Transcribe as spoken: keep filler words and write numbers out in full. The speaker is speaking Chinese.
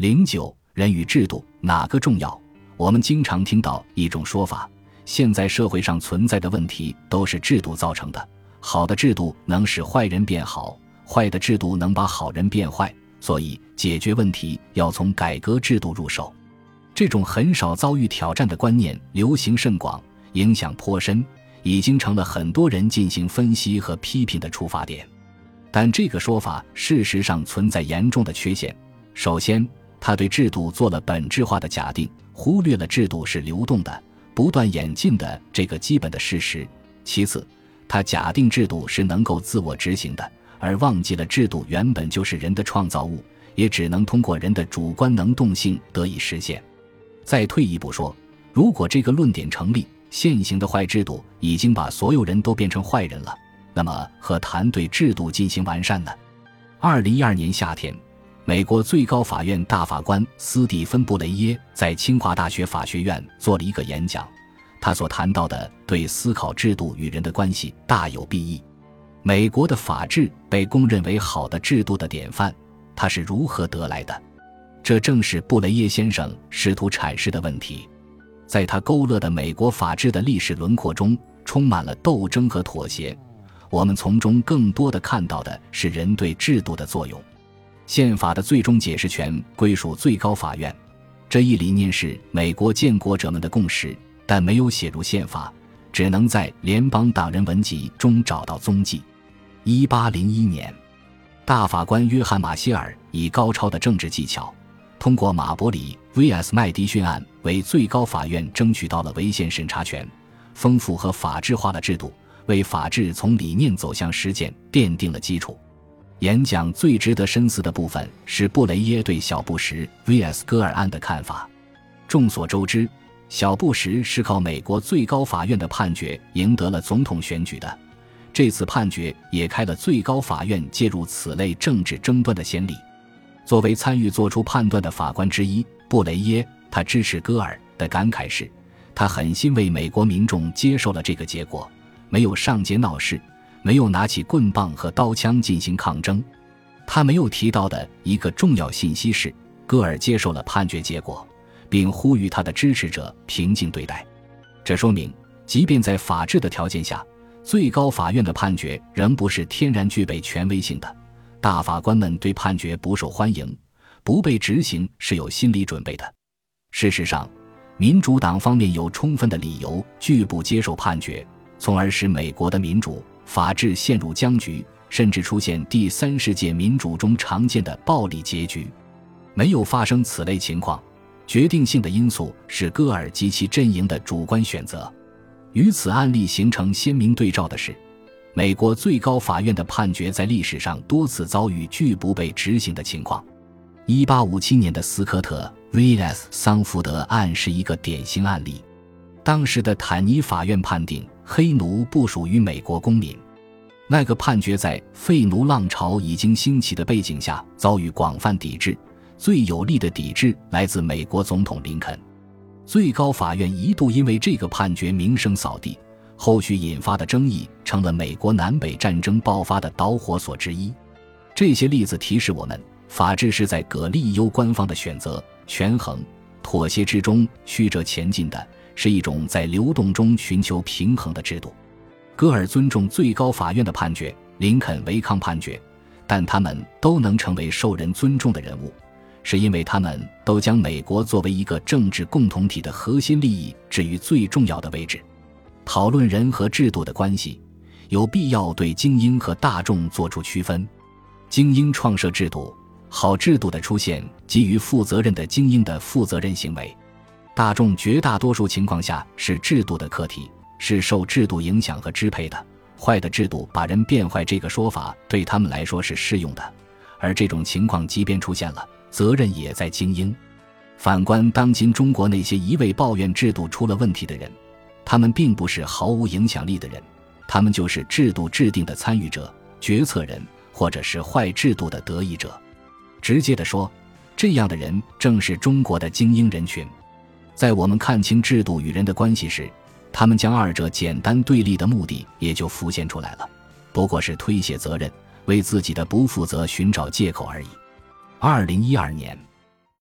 零九人与制度哪个重要？我们经常听到一种说法，现在社会上存在的问题都是制度造成的，好的制度能使坏人变好，坏的制度能把好人变坏，所以解决问题要从改革制度入手。这种很少遭遇挑战的观念流行甚广，影响颇深，已经成了很多人进行分析和批评的出发点。但这个说法事实上存在严重的缺陷。首先，他对制度做了本质化的假定，忽略了制度是流动的、不断演进的这个基本的事实。其次，他假定制度是能够自我执行的，而忘记了制度原本就是人的创造物，也只能通过人的主观能动性得以实现。再退一步说，如果这个论点成立，现行的坏制度已经把所有人都变成坏人了，那么何谈对制度进行完善呢？二零一二年夏天，美国最高法院大法官斯蒂芬·布雷耶在清华大学法学院做了一个演讲，他所谈到的对思考制度与人的关系大有裨益。美国的法治被公认为好的制度的典范，它是如何得来的？这正是布雷耶先生试图阐释的问题。在他勾勒的美国法治的历史轮廓中，充满了斗争和妥协，我们从中更多地看到的是人对制度的作用。宪法的最终解释权归属最高法院，这一理念是美国建国者们的共识，但没有写入宪法，只能在联邦党人文集中找到踪迹。一八零一年，大法官约翰·马歇尔以高超的政治技巧，通过马伯里 V S 麦迪逊案为最高法院争取到了违宪审查权，丰富和法治化了制度，为法治从理念走向实践奠定了基础。演讲最值得深思的部分是布雷耶对小布什 V S 戈尔案的看法。众所周知，小布什是靠美国最高法院的判决赢得了总统选举的，这次判决也开了最高法院介入此类政治争端的先例。作为参与做出判断的法官之一，布雷耶他支持戈尔的感慨是，他很欣慰美国民众接受了这个结果，没有上街闹事，没有拿起棍棒和刀枪进行抗争。他没有提到的一个重要信息是，戈尔接受了判决结果，并呼吁他的支持者平静对待。这说明，即便在法治的条件下，最高法院的判决仍不是天然具备权威性的。大法官们对判决不受欢迎、不被执行是有心理准备的。事实上，民主党方面有充分的理由拒不接受判决，从而使美国的民主法治陷入僵局，甚至出现第三世界民主中常见的暴力结局。没有发生此类情况，决定性的因素是戈尔及其阵营的主观选择。与此案例形成鲜明对照的是，美国最高法院的判决在历史上多次遭遇拒不被执行的情况。一八五七年的斯科特 V S 桑福德案是一个典型案例。当时的坦尼法院判定黑奴不属于美国公民。那个判决在废奴浪潮已经兴起的背景下遭遇广泛抵制，最有力的抵制来自美国总统林肯。最高法院一度因为这个判决名声扫地，后续引发的争议成了美国南北战争爆发的导火索之一。这些例子提示我们，法治是在各利优官方的选择、权衡、妥协之中曲折前进的，是一种在流动中寻求平衡的制度。戈尔尊重最高法院的判决，林肯违抗判决，但他们都能成为受人尊重的人物，是因为他们都将美国作为一个政治共同体的核心利益置于最重要的位置。讨论人和制度的关系，有必要对精英和大众做出区分。精英创设制度，好制度的出现基于负责任的精英的负责任行为。大众绝大多数情况下是制度的客体，是受制度影响和支配的。坏的制度把人变坏，这个说法对他们来说是适用的，而这种情况即便出现了，责任也在精英。反观当今中国那些一味抱怨制度出了问题的人，他们并不是毫无影响力的人，他们就是制度制定的参与者、决策人，或者是坏制度的得益者。直接地说，这样的人正是中国的精英人群。在我们看清制度与人的关系时，他们将二者简单对立的目的也就浮现出来了，不过是推卸责任，为自己的不负责寻找借口而已。二零一二年